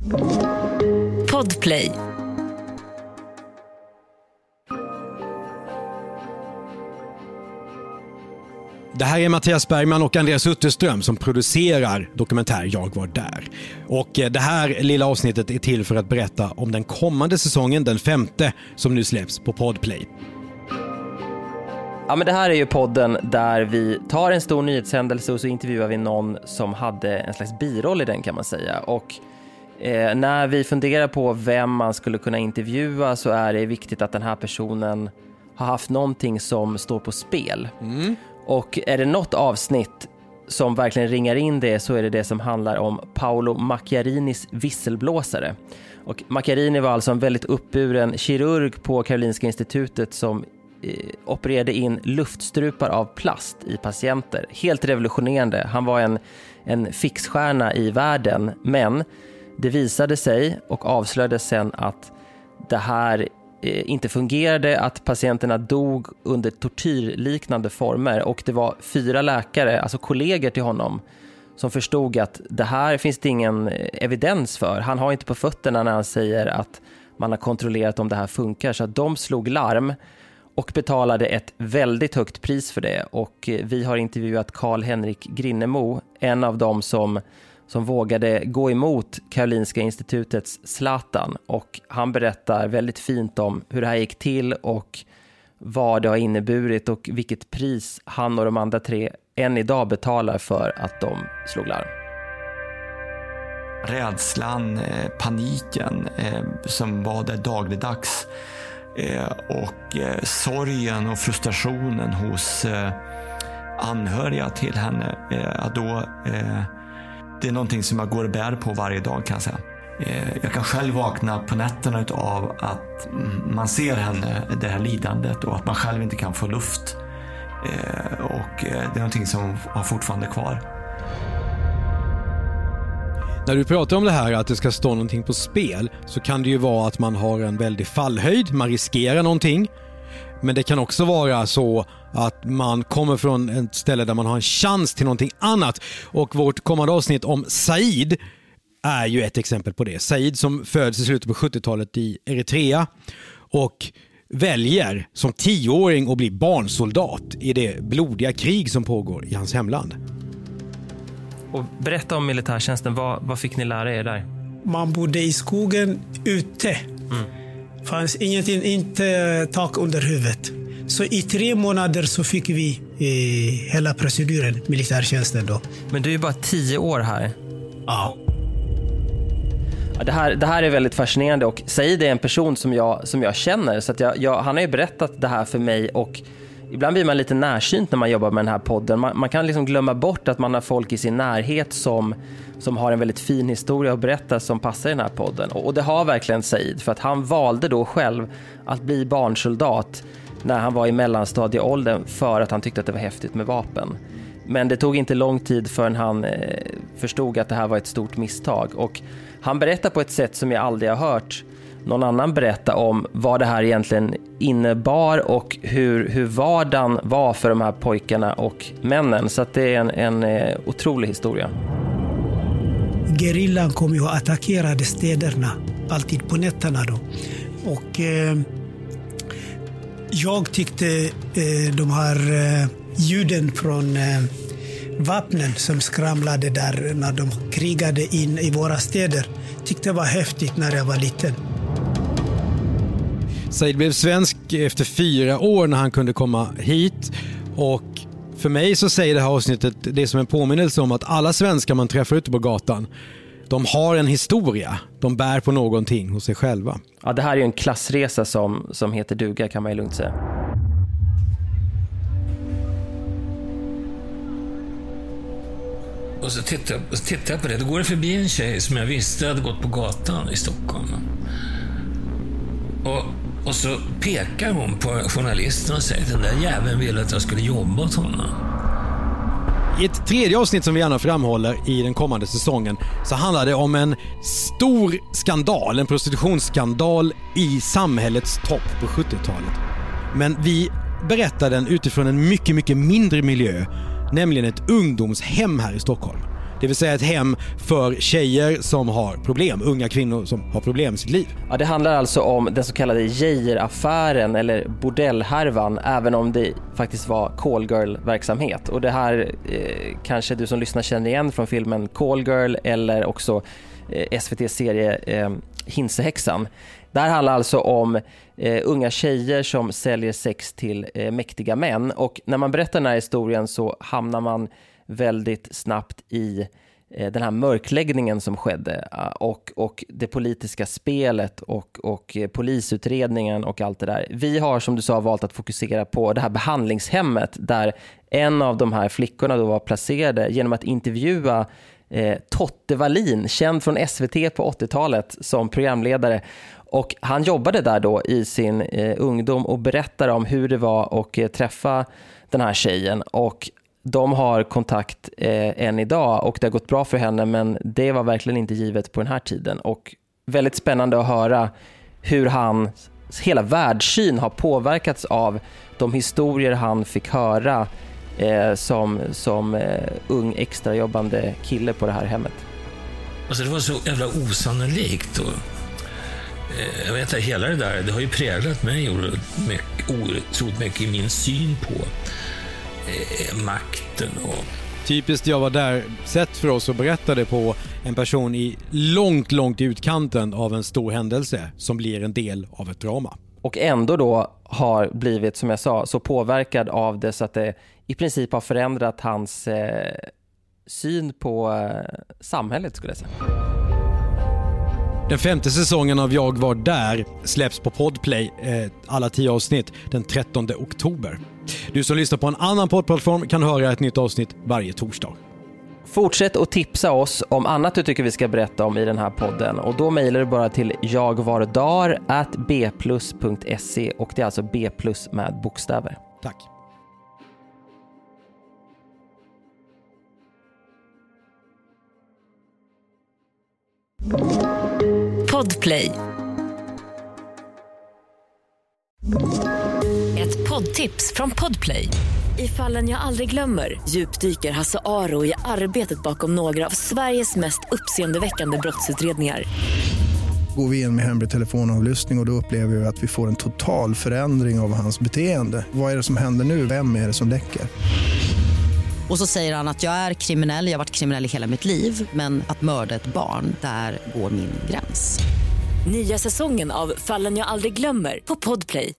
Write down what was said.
Podplay. Det här är Mattias Bergman och Andreas Utterström som producerar dokumentär Jag var där. Och det här lilla avsnittet är till för att berätta om den kommande säsongen, den 5:e, som nu släpps på Podplay. Ja, men det här är ju podden där vi tar en stor nyhetshändelse och så intervjuar vi någon som hade en slags biroll i den, kan man säga. Och när vi funderar på vem man skulle kunna intervjua så är det viktigt att den här personen har haft någonting som står på spel. Och är det något avsnitt som verkligen ringar in det, så är det som handlar om Paolo Macchiarinis visselblåsare. Och Macchiarini var alltså en väldigt uppburen kirurg på Karolinska institutet som opererade in luftstrupar av plast i patienter. Helt revolutionerande. Han var en fixstjärna i världen, men det visade sig och avslöjades sen att det här inte fungerade, att patienterna dog under tortyrliknande former, och det var 4 läkare, alltså kollegor till honom, som förstod att det här finns det ingen evidens för. Han har inte på fötterna när han säger att man har kontrollerat om det här funkar, så att de slog larm och betalade ett väldigt högt pris för det. Och vi har intervjuat Carl-Henrik Grinnemo, en av dem som vågade gå emot Karolinska institutets Zlatan, och han berättar väldigt fint om hur det här gick till och vad det har inneburit och vilket pris han och de andra 3 än idag betalar för att de slog larm. Rädslan, paniken som var där dagligdags, och sorgen och frustrationen hos anhöriga till henne, det är någonting som jag går och bär på varje dag, kan jag säga. Jag kan själv vakna på nätterna av att man ser henne, det här lidandet, och att man själv inte kan få luft. Och det är någonting som har fortfarande kvar. När du pratar om det här att det ska stå någonting på spel, så kan det ju vara att man har en väldig fallhöjd, man riskerar någonting. Men det kan också vara så att man kommer från ett ställe där man har en chans till någonting annat. Och vårt kommande avsnitt om Said är ju ett exempel på det. Said som föds i slutet på 70-talet i Eritrea och väljer som 10-åring att bli barnsoldat i det blodiga krig som pågår i hans hemland. Och berätta om militärtjänsten. Vad fick ni lära er där? Man bodde i skogen ute. Fanns ingenting, inte tak under huvudet. Så i 3 månader så fick vi hela proceduren, militärtjänsten då. Men du är ju bara 10 år här. Ja. Det här är väldigt fascinerande, och Said är en person som jag känner, så att han har ju berättat det här för mig, och ibland blir man lite närsynt när man jobbar med den här podden. Man kan liksom glömma bort att man har folk i sin närhet som har en väldigt fin historia att berätta som passar i den här podden. Och det har verkligen Said, för att han valde då själv att bli barnsoldat när han var i mellanstadieåldern för att han tyckte att det var häftigt med vapen. Men det tog inte lång tid förrän han förstod att det här var ett stort misstag. Och han berättar på ett sätt som jag aldrig har hört någon annan berätta om vad det här egentligen innebar och hur vardagen var för de här pojkarna och männen. Så att det är en otrolig historia. Gerillan kom ju och attackerade städerna alltid på nätterna då. Och jag tyckte de här ljuden från vapnen som skramlade där när de krigade in i våra städer, tyckte det var häftigt när jag var liten. Said blev svensk efter 4 år när han kunde komma hit, och för mig så säger det här avsnittet det som en påminnelse om att alla svenskar man träffar ute på gatan, de har en historia, de bär på någonting hos sig själva. Ja, det här är ju en klassresa som heter duga, kan man ju lugnt säga. Och så tittar jag på det. Då går det förbi en tjej som jag visste hade gått på gatan i Stockholm. Och så pekar hon på journalisten och säger att den där jäveln ville att jag skulle jobba åt honom. I ett tredje avsnitt som vi gärna framhåller i den kommande säsongen så handlar det om en stor skandal, en prostitutionsskandal i samhällets topp på 70-talet. Men vi berättar den utifrån en mycket, mycket mindre miljö, nämligen ett ungdomshem här i Stockholm. Det vill säga ett hem för tjejer som har problem, unga kvinnor som har problem i sitt liv. Ja, det handlar alltså om den så kallade Geijer-affären eller bordellhärvan, även om det faktiskt var callgirl-verksamhet. Och det här kanske du som lyssnar känner igen från filmen Callgirl eller också SVT-serie Hinsehäxan. Det här handlar alltså om unga tjejer som säljer sex till mäktiga män. Och när man berättar den här historien så hamnar man väldigt snabbt i den här mörkläggningen som skedde och det politiska spelet och polisutredningen och allt det där. Vi har, som du sa, valt att fokusera på det här behandlingshemmet där en av de här flickorna då var placerade genom att intervjua Totte Wallin, känd från SVT på 80-talet som programledare. Och han jobbade där då i sin ungdom och berättade om hur det var att träffa den här tjejen. Och de har kontakt än idag och det har gått bra för henne, men det var verkligen inte givet på den här tiden. Och väldigt spännande att höra hur hans hela världssyn har påverkats av de historier han fick höra som ung extrajobbande kille på det här hemmet. Alltså det var så jävla osannolikt och jag vet att hela det där, det har ju präglat mig otroligt mycket i min syn på makten. Och Typiskt Jag var där sätt för oss att berätta det på en person i långt i utkanten av en stor händelse som blir en del av ett drama. Och ändå då har blivit, som jag sa, så påverkad av det så att det i princip har förändrat hans syn på samhället, skulle jag säga. Den 5:e säsongen av Jag var där släpps på Podplay, alla 10 avsnitt, den 13 oktober. Du som lyssnar på en annan poddplattform kan höra ett nytt avsnitt varje torsdag. Fortsätt att tipsa oss om annat du tycker vi ska berätta om i den här podden. Och då mejlar du bara till jagvardar@bplus.se och det är alltså B+ med bokstäver. Tack. Podplay. Ett poddtips från Podplay. I Fallen jag aldrig glömmer djupdyker Hasse Aro i arbetet bakom några av Sveriges mest uppseendeväckande brottsutredningar. Går vi in med hemlig telefonavlyssning och då upplever vi att vi får en total förändring av hans beteende. Vad är det som händer nu? Vem är det som läcker? Och så säger han att jag är kriminell, jag har varit kriminell i hela mitt liv. Men att mörda ett barn, där går min gräns. Nya säsongen av Fallen jag aldrig glömmer på Podplay.